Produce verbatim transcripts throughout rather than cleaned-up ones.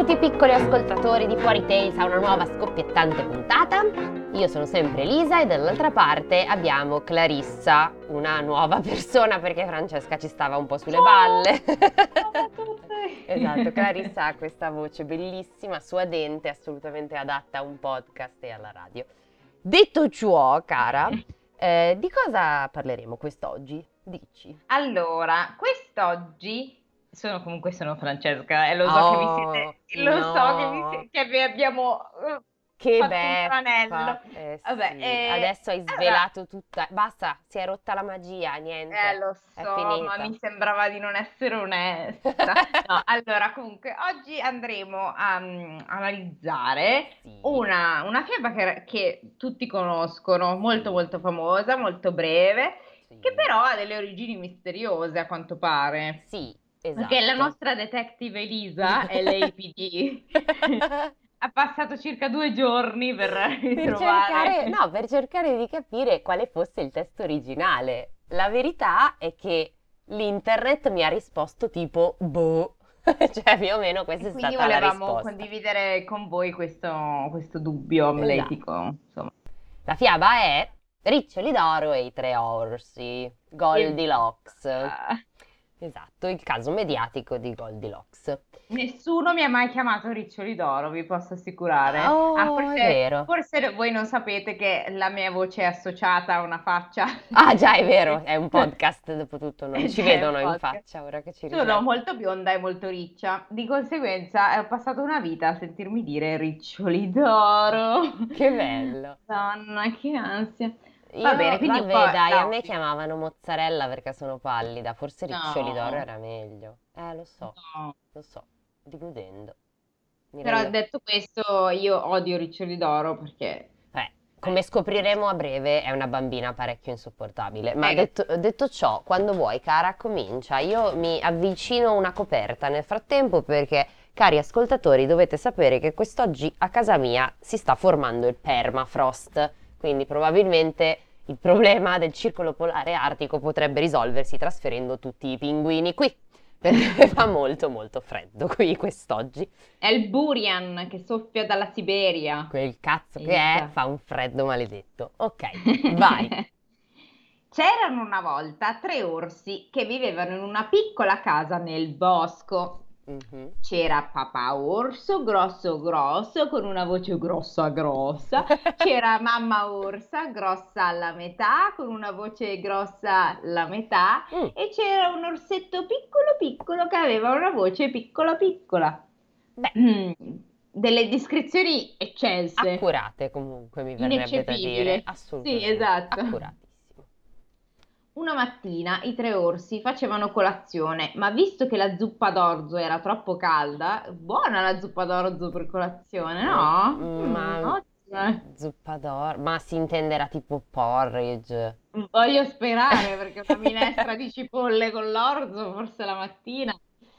Benvenuti piccoli ascoltatori di Fuori Tales a una nuova scoppiettante puntata. Io sono sempre Elisa e dall'altra parte abbiamo Clarissa, una nuova persona perché Francesca ci stava un po' sulle balle. Ciao a tutti! Esatto, Clarissa ha questa voce bellissima, suadente, assolutamente adatta a un podcast e alla radio. Detto ciò, cara, eh, di cosa parleremo quest'oggi? Dici. Allora, quest'oggi sono comunque sono Francesca e lo so che vi Oh, siete, lo so che, vi no. sie- che vi abbiamo uh, Che fatto un beffa! tranello. Eh Vabbè, sì, eh, adesso hai allora, svelato tutta. Basta, si è rotta la magia, niente, eh, lo è so, ma finita. mi sembrava di non essere onesta. No, allora, comunque, oggi andremo a mm, analizzare Sì, una, una fiaba che, che tutti conoscono, molto sì, molto famosa, molto breve, che sì, però ha delle origini misteriose a quanto pare. sì, Perché la esatto. nostra detective Elisa, L A P D, ha passato circa due giorni per Per ritrovare. cercare, no, per cercare di capire quale fosse il testo originale. La verità è che l'internet mi ha risposto tipo, boh, cioè più o meno questa E è quindi stata la volevamo risposta. condividere con voi questo, questo dubbio Esatto. amletico, insomma. La fiaba è Riccioli d'oro e i tre orsi, Goldilocks. Esatto. Esatto, il caso mediatico di Goldilocks. Nessuno mi ha mai chiamato Riccioli d'oro, vi posso assicurare. Ah, Oh, è forse, vero. forse voi non sapete che la mia voce è associata a una faccia. Ah, già, è vero, è un podcast, dopo tutto non ci Cioè, è un vedono in podcast. faccia ora che ci Sono rifletto. molto bionda e molto riccia, di conseguenza eh, ho passato una vita a sentirmi dire Riccioli d'oro. Che bello. Donna, che ansia. Va bene, Io, quindi un po' vabbè, dai, a la me odio. chiamavano mozzarella perché sono pallida, forse Riccioli d'oro No, era meglio. Eh, lo so, no. lo so, diludendo. Mi Però rendo. detto questo, io odio Riccioli d'oro perché... Eh, eh, come scopriremo a breve, è una bambina parecchio insopportabile. Ma eh, detto, detto ciò, quando vuoi, cara, comincia. Io mi avvicino a una coperta nel frattempo perché, cari ascoltatori, dovete sapere che quest'oggi a casa mia si sta formando il permafrost. Quindi probabilmente il problema del circolo polare artico potrebbe risolversi trasferendo tutti i pinguini qui. Perché fa molto molto freddo qui quest'oggi. è il Burian che soffia dalla Siberia. Quel cazzo che è, Elisa. fa un freddo maledetto. Ok, vai. C'erano una volta tre orsi che vivevano in una piccola casa nel bosco. Mhm. C'era papà orso, grosso grosso, con una voce grossa grossa. C'era mamma orsa, grossa alla metà, con una voce grossa la metà. Mm, E c'era un orsetto piccolo piccolo che aveva una voce piccola piccola. beh, Mm, Delle descrizioni eccelse, accurate comunque mi verrebbe da dire, ineccepibili. Sì, assolutamente, esatto. accuratissimo. Una mattina i tre orsi facevano colazione, ma visto che la zuppa d'orzo era troppo calda, buona la zuppa d'orzo per colazione, Oh, no? Mm, ma ottima. zuppa d'oro, ma si intenderà tipo porridge. Voglio sperare perché una minestra di cipolle con l'orzo, forse la mattina.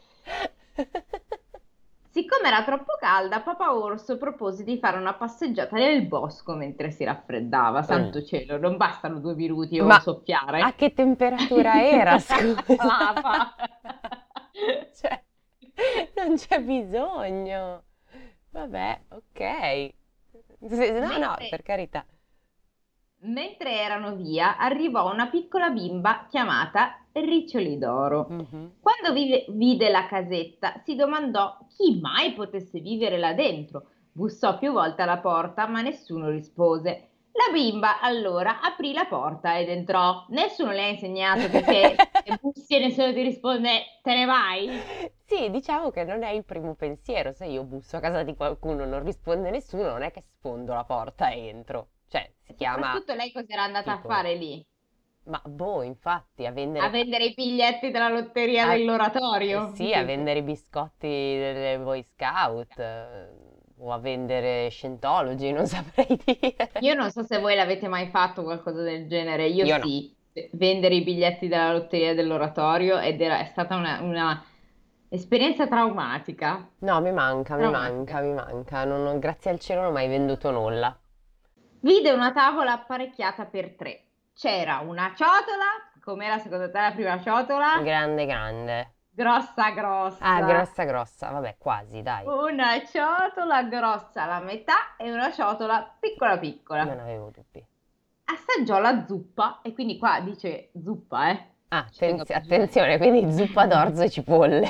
Siccome era troppo calda, papà orso propose di fare una passeggiata nel bosco mentre si raffreddava. Mm. Santo cielo, non bastano due minuti o Ma a soffiare. che temperatura era, scusa? Lava. Cioè, non c'è bisogno. Vabbè, ok. Se- No, no, Mentre, per carità. mentre erano via, arrivò una piccola bimba chiamata Riccioli d'Oro. Mhm. Quando vive- vide la casetta, si domandò chi mai potesse vivere là dentro. Bussò più volte alla porta, ma nessuno rispose. La bimba allora aprì la porta ed entrò. Nessuno le ha insegnato che se, se bussi e nessuno ti risponde, te ne vai? Sì, diciamo che non è il primo pensiero. Se io busso a casa di qualcuno e non risponde nessuno, non è che sfondo la porta e entro. Cioè, si chiama Soprattutto lei cos'era andata a tipo... fare lì? Ma boh, infatti, a A vendere... vendere i biglietti della lotteria a- eh dell'oratorio? sì, a vendere i biscotti delle Boy Scout eh, o a vendere Scientology, non saprei dire. Io non so se voi l'avete mai fatto qualcosa del genere, io Io no. sì, vendere i biglietti della lotteria dell'oratorio ed era, è stata una, una esperienza traumatica. No, mi manca, mi Traumatica. manca, mi manca. Non ho- grazie al cielo non ho mai venduto nulla. Vide una tavola apparecchiata per tre. C'era una ciotola, com'era secondo te la prima ciotola? Grande, grande. grossa Ah, grossa. grossa grossa, vabbè, quasi, dai. Una ciotola grossa la metà e una ciotola piccola Non piccola. avevo dubbi. Assaggiò la zuppa, e quindi qua dice zuppa, eh? Ah, Ci tengo a attenz- precisare. attenzione, quindi zuppa d'orzo e cipolle.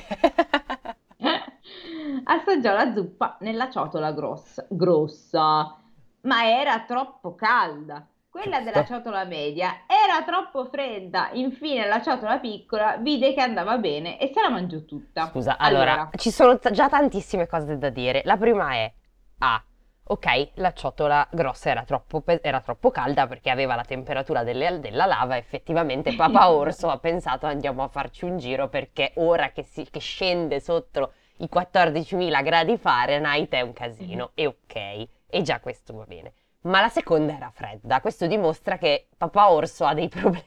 Assaggiò la zuppa nella ciotola grossa, grossa, ma era troppo calda. Quella della Giusto. ciotola media era troppo fredda. Infine la ciotola piccola vide che andava bene e se la mangiò tutta. Scusa, allora, Allora, ci sono t- già tantissime cose da dire. La prima è, ah, ok, la ciotola grossa era troppo, pe- era troppo calda perché aveva la temperatura delle- della lava. Effettivamente Papa Orso ha pensato andiamo a farci un giro perché ora che, si- che scende sotto i quattordicimila gradi Fahrenheit è un casino. E ok, e già questo va bene. Ma la seconda era fredda. Questo dimostra che Papa Orso ha dei problemi.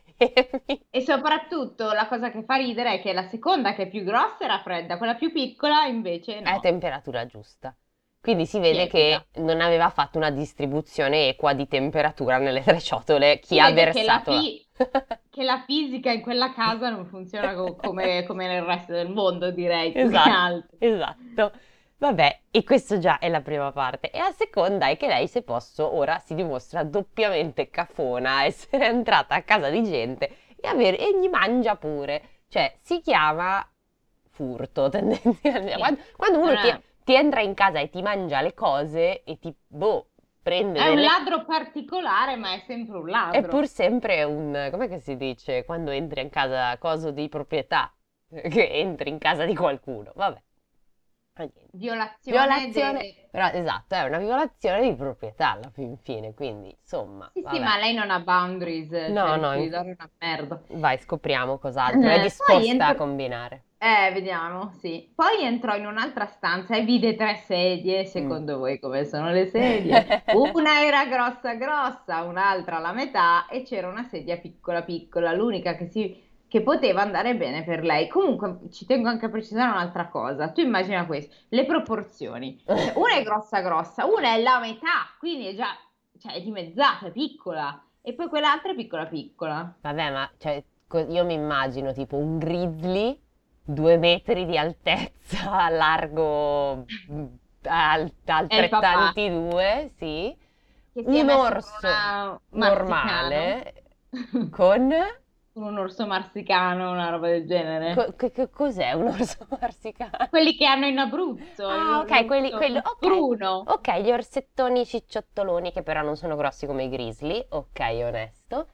e soprattutto la cosa che fa ridere è che la seconda, che è più grossa, era fredda, quella più piccola invece È a no, temperatura giusta. Quindi si vede tiepida. che non aveva fatto una distribuzione equa di temperatura nelle tre ciotole. Chi Si ha vede che la, versato la... fi- che la fisica in quella casa non funziona co- come, come nel resto del mondo, direi, più che Esatto, altro. esatto. Vabbè, e questo già è la prima parte. E la seconda è che lei, se posso, ora si dimostra doppiamente cafona, essere entrata a casa di gente e, avere- e gli mangia pure. Cioè, si chiama furto tendenzialmente. Sì. Quando, quando Non uno ti, è, ti entra in casa e ti mangia le cose e ti, boh, prende è un delle... ladro particolare, ma è sempre un È ladro. pur sempre un... com'è che si dice quando entri in casa, coso di proprietà? Che entri in casa di qualcuno. Vabbè. Ah, niente. Violazione Violazione, de... però esatto, è una violazione di proprietà alla fin fine, quindi insomma, Sì, sì, vabbè. ma lei non ha boundaries, cioè No, no, rischia di inf- dare una merda. vai, scopriamo cos'altro è Eh, Poi disposta a entrò... combinare. Eh, vediamo, sì. Poi entrò in un'altra stanza e vide tre sedie. Mm. Secondo voi come sono le sedie? Una era grossa grossa, un'altra la metà e c'era una sedia piccola piccola, l'unica che, si... che poteva andare bene per lei. Comunque ci tengo anche a precisare un'altra cosa. Tu immagina questo, le proporzioni. Cioè, una è grossa grossa, una è la metà, quindi è già, cioè, è dimezzata, è piccola. E poi quell'altra è piccola piccola. Vabbè, ma cioè, co- io mi immagino tipo un grizzly, due metri di altezza, largo mm, al- È il papà altrettanti due, sì, che si è un messo con orso una marsicano. normale con... Con un orso marsicano, una roba del genere. co- che- che cos'è un orso marsicano? Quelli che hanno in Abruzzo, Ah, l'or- ok, quelli, l'orso quelli- il ok, pruno. ok, gli orsettoni cicciottoloni che però non sono grossi come i grizzly, ok, onesto,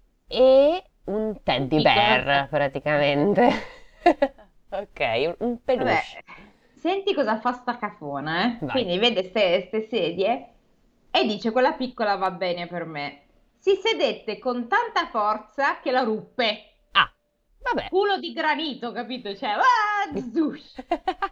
e un Un teddy piccolo bear orsetto. praticamente, ok, un, un Vabbè, peluche, senti cosa fa sta cafona, eh? vai. Quindi vede queste sedie e dice quella piccola va bene per me. Si sedette con tanta forza che la ruppe. Ah, vabbè. Culo di granito, capito? Cioè, ah, zush.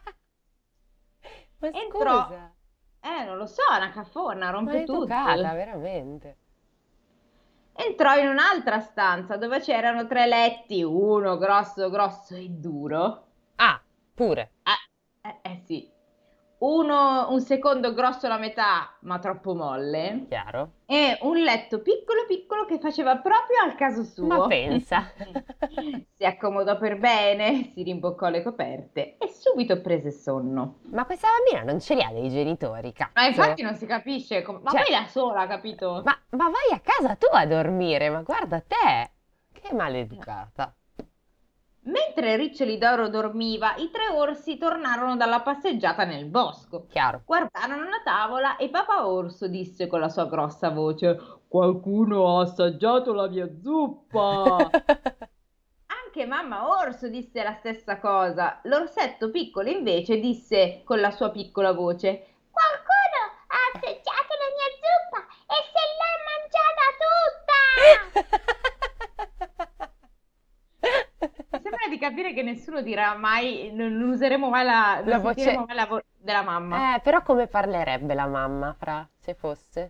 Ma Entrò, scusa, eh, non lo so, una cafona, rompe maleducata, tutto. veramente. Entrò in un'altra stanza dove c'erano tre letti, uno grosso, grosso e duro. Ah, pure, Eh, eh, eh, sì. Uno, un secondo grosso la metà, ma troppo molle. chiaro. E un letto piccolo piccolo che faceva proprio al caso Ma suo. pensa. Si accomodò per bene, si rimboccò le coperte e subito prese sonno. Ma questa bambina non ce li ha dei genitori, Ma cazzo. infatti non si capisce, com- ma Cioè, poi da sola, capito? ma, ma vai a casa tu a dormire, ma guarda te, che maleducata. Mentre Riccioli d'Oro dormiva, i tre orsi tornarono dalla passeggiata nel bosco. Chiaro. Guardarono la tavola e Papà Orso disse con la sua grossa voce: Qualcuno ha assaggiato la mia zuppa. Anche Mamma Orso disse la stessa cosa. L'orsetto piccolo invece disse con la sua piccola voce: Qualcuno ha assaggiato la mia zuppa e se l'è mangiata tutta! Mi sembra di capire che nessuno dirà mai, non non useremo mai la, non La sentiremo voce... mai la voce della mamma. Eh, però come parlerebbe la mamma, Fra, se fosse?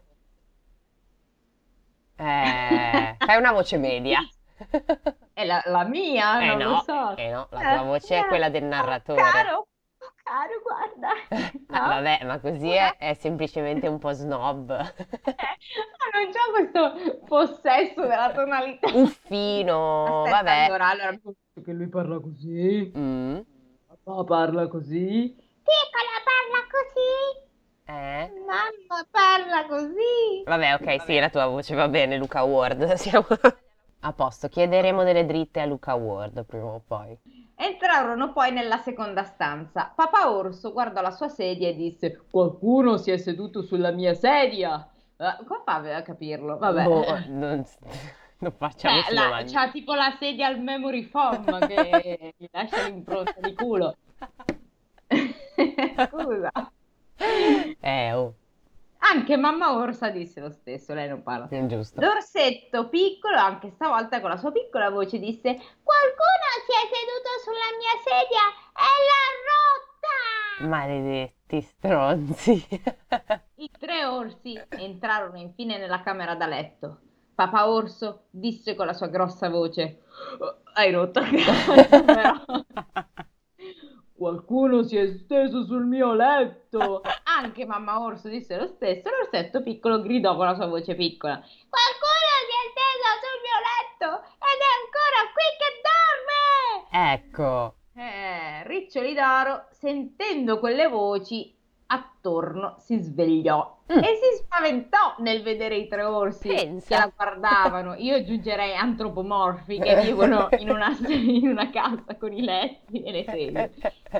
Eh, fai una voce media. È la, la mia, Eh non lo no, so. eh no, la tua Eh, voce è eh, quella del oh, narratore. caro, oh, caro, guarda. Ah, No? vabbè, ma così Una... è, è semplicemente un po' snob. Ah, non c'ho questo possesso della tonalità. Uffino, Aspetta, vabbè. allora, allora, che lui parla così, Mm. papà parla così, piccola parla così, Eh? mamma parla così. Vabbè, ok, sì, la tua voce va bene, Luca Ward. Siamo a posto. Chiederemo delle dritte a Luca Ward prima o poi. Entrarono poi nella seconda stanza. Papà Orso guardò la sua sedia e disse: Qualcuno si è seduto sulla mia sedia. Eh, come fa a capirlo? Boh, Vabbè. non, non Cioè, facciamoci la- domande. c'ha tipo la sedia al memory foam che gli lascia l'impronta di culo. Scusa. Eh, oh, Anche mamma Orsa disse lo stesso, lei non parla. è giusto. L'orsetto piccolo, anche stavolta con la sua piccola voce, disse: Qualcuno si è seduto sulla mia sedia e l'ha rotta! Maledetti stronzi. I tre orsi entrarono infine nella camera da letto. Papà Orso disse con la sua grossa voce: "Oh, hai rotto il cazzo, però. Qualcuno si è steso sul mio letto. Anche mamma Orso disse lo stesso. L'orsetto piccolo gridò con la sua voce piccola: Qualcuno si è steso sul mio letto ed è ancora qui che dorme! Ecco. Eh, Riccioli d'Oro, sentendo quelle voci, attorno si svegliò Mm, e si spaventò nel vedere i tre orsi che pensa. la guardavano. Io aggiungerei antropomorfi che vivono in una, in una casa con i letti e le sedie.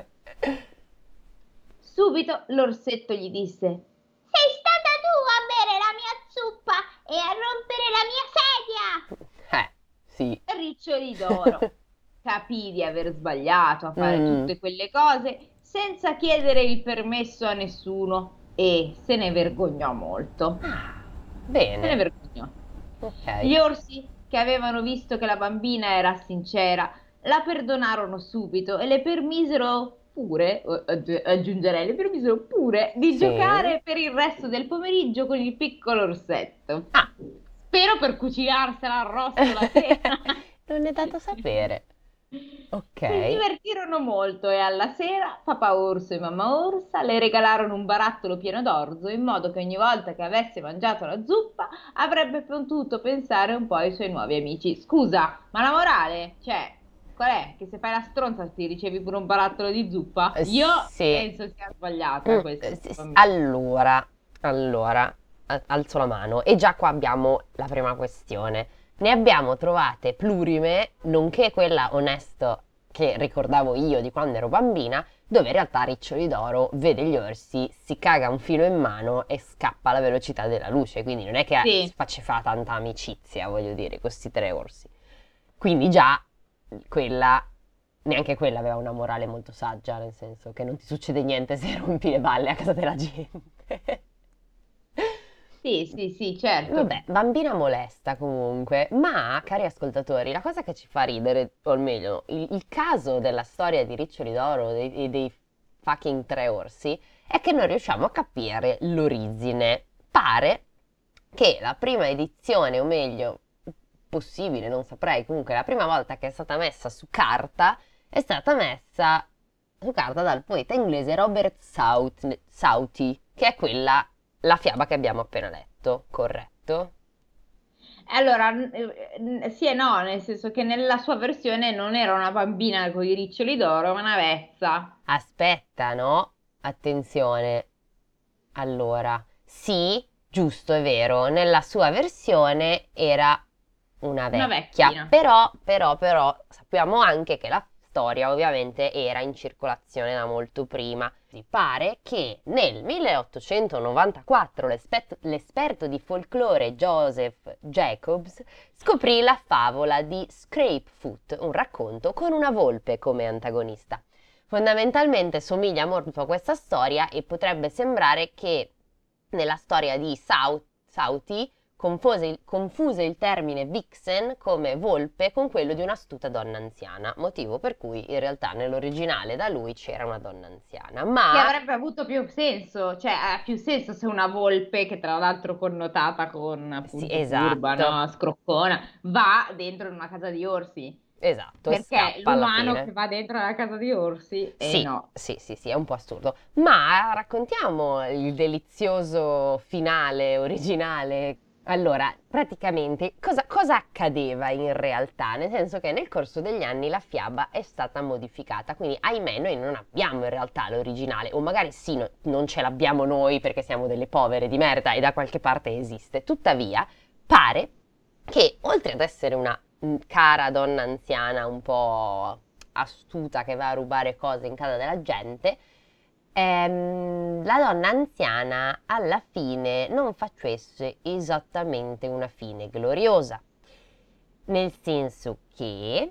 Subito l'orsetto gli disse: Sei stata tu a bere la mia zuppa e a rompere la mia sedia! Eh, sì. Riccioli d'Oro capì di aver sbagliato a fare Mm, tutte quelle cose senza chiedere il permesso a nessuno e se ne vergognò molto. Se ne bene. vergognò. Ok. Gli orsi, che avevano visto che la bambina era sincera, la perdonarono subito e le permisero pure, o- aggi- aggiungerei, le permisero pure di Sì. giocare per il resto del pomeriggio con il piccolo orsetto. Ah. Spero per cucinarsela arrosto la sera. Non è dato sapere. Si Ok. divertirono molto e alla sera papà Orso e mamma Orsa le regalarono un barattolo pieno d'orzo in modo che ogni volta che avesse mangiato la zuppa avrebbe potuto pensare un po' ai suoi nuovi amici. Scusa, ma la morale, cioè, qual è? Che se fai la stronza ti ricevi pure un barattolo di zuppa? Eh, Io Sì. penso sia sbagliata Mm, questa. eh, sì, sì. secondo me. Allora, allora, a- alzo la mano. E già qua abbiamo la prima questione. Ne abbiamo trovate plurime, nonché quella onesto che ricordavo io di quando ero bambina, dove in realtà Riccioli d'Oro vede gli orsi, si caga un filo in mano e scappa alla velocità della luce. Quindi non è che Sì, faceva tanta amicizia, voglio dire, questi tre orsi. Quindi già quella, neanche quella aveva una morale molto saggia, nel senso che non ti succede niente se rompi le balle a casa della gente. sì, sì, sì, certo. Vabbè, bambina molesta comunque, ma cari ascoltatori, la cosa che ci fa ridere, o meglio, il, il caso della storia di Riccioli d'Oro e dei, dei fucking tre orsi è che non riusciamo a capire l'origine. Pare che la prima edizione, o meglio, possibile, non saprei, comunque la prima volta che è stata messa su carta è stata messa su carta dal poeta inglese Robert South- Southey, che è quella, la fiaba che abbiamo appena letto, corretto? Allora, n- eh, n- sì e no, nel senso che nella sua versione non era una bambina con i riccioli d'oro, ma una vezza. Aspetta, no? Attenzione. Allora, sì, giusto, è vero, nella sua versione era una Una vecchia, vecchina. però, però, però sappiamo anche che la storia ovviamente era in circolazione da molto prima. Si pare che nel milleottocentonovantaquattro l'espe- l'esperto di folklore Joseph Jacobs scoprì la favola di Scrapefoot, un racconto con una volpe come antagonista. Fondamentalmente somiglia molto a questa storia e potrebbe sembrare che nella storia di Sau- Sauti confuse il, confuse il termine vixen come volpe con quello di un'astuta donna anziana, motivo per cui in realtà nell'originale da lui c'era una donna anziana, Che ma avrebbe avuto più senso, cioè ha più senso se una volpe, che tra l'altro connotata con sì, appunto furba, esatto, no? Scroccona, va dentro in una casa di orsi. esatto, e Perché scappa alla l'umano che fine. va dentro la casa di orsi, eh Sì, no. sì, sì, sì, è un po' assurdo. Ma raccontiamo il delizioso finale originale Allora, praticamente cosa, cosa accadeva in realtà? Nel senso che nel corso degli anni la fiaba è stata modificata, quindi ahimè noi non abbiamo in realtà l'originale, o magari sì, no- non ce l'abbiamo noi perché siamo delle povere di merda e da qualche parte esiste. Tuttavia, pare che oltre ad essere una mm, cara donna anziana un po' astuta che va a rubare cose in casa della gente, ehm, la donna anziana alla fine non facesse esattamente una fine gloriosa, nel senso che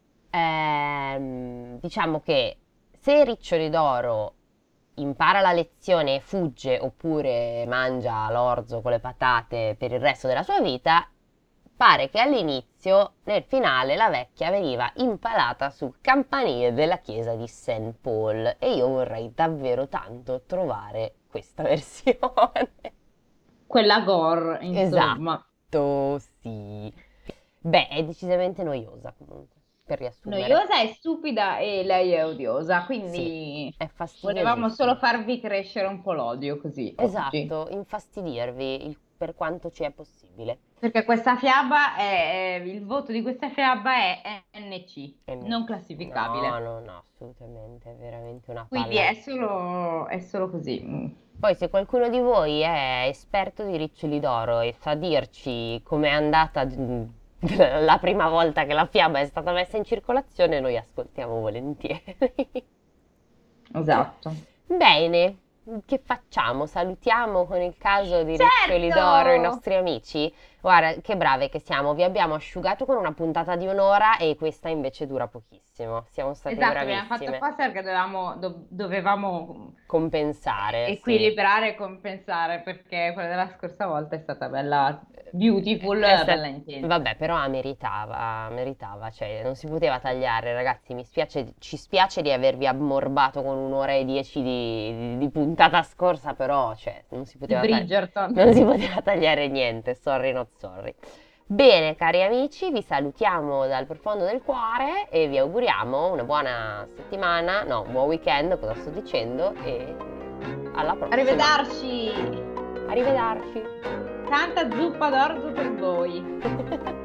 ehm, diciamo che se Riccioli d'Oro impara la lezione e fugge oppure mangia l'orzo con le patate per il resto della sua vita, pare che all'inizio, nel finale, la vecchia veniva impalata sul campanile della chiesa di Saint Paul e io vorrei davvero tanto trovare questa versione. Quella gore, insomma. Esatto, sì. Beh, è decisamente noiosa comunque, per riassumere. Noiosa è stupida e lei è odiosa, Sì, quindi è volevamo solo fastidiosissima. farvi crescere un po' l'odio così oggi. Esatto, infastidirvi il- per quanto ci è possibile. Perché questa fiaba è, il voto di questa fiaba è N C, E non invece- No, classificabile. no, no, assolutamente, è veramente una Quindi palla. è solo, è solo così. Mm. Poi se qualcuno di voi è esperto di riccioli d'oro e sa dirci com'è andata mm, la prima volta che la fiaba è stata messa in circolazione, noi ascoltiamo volentieri. Esatto. Bene, che facciamo? Salutiamo con il caso di Riccioli d'Oro i Certo! nostri amici? Guarda, che brave che siamo, vi abbiamo asciugato con una puntata di un'ora e questa invece dura pochissimo. Siamo state Esatto, abbiamo fatto bravissime. apposta perché dovevamo, do- dovevamo Compensare, sì. equilibrare e compensare perché quella della scorsa volta è stata bella beautiful, È sta- bella intensa. Vabbè, però meritava, meritava, cioè non si poteva tagliare, ragazzi. Mi spiace, ci spiace di avervi ammorbato con un'ora e dieci di, di- di puntata scorsa, però, cioè, non si Di poteva tag- Bridgerton. non si poteva tagliare niente. Sorry, not sorry. Bene, cari amici, vi salutiamo dal profondo del cuore e vi auguriamo una buona settimana, no, un buon weekend, cosa sto dicendo, e alla prossima. Arrivederci! Arrivederci. Tanta zuppa d'orzo per voi!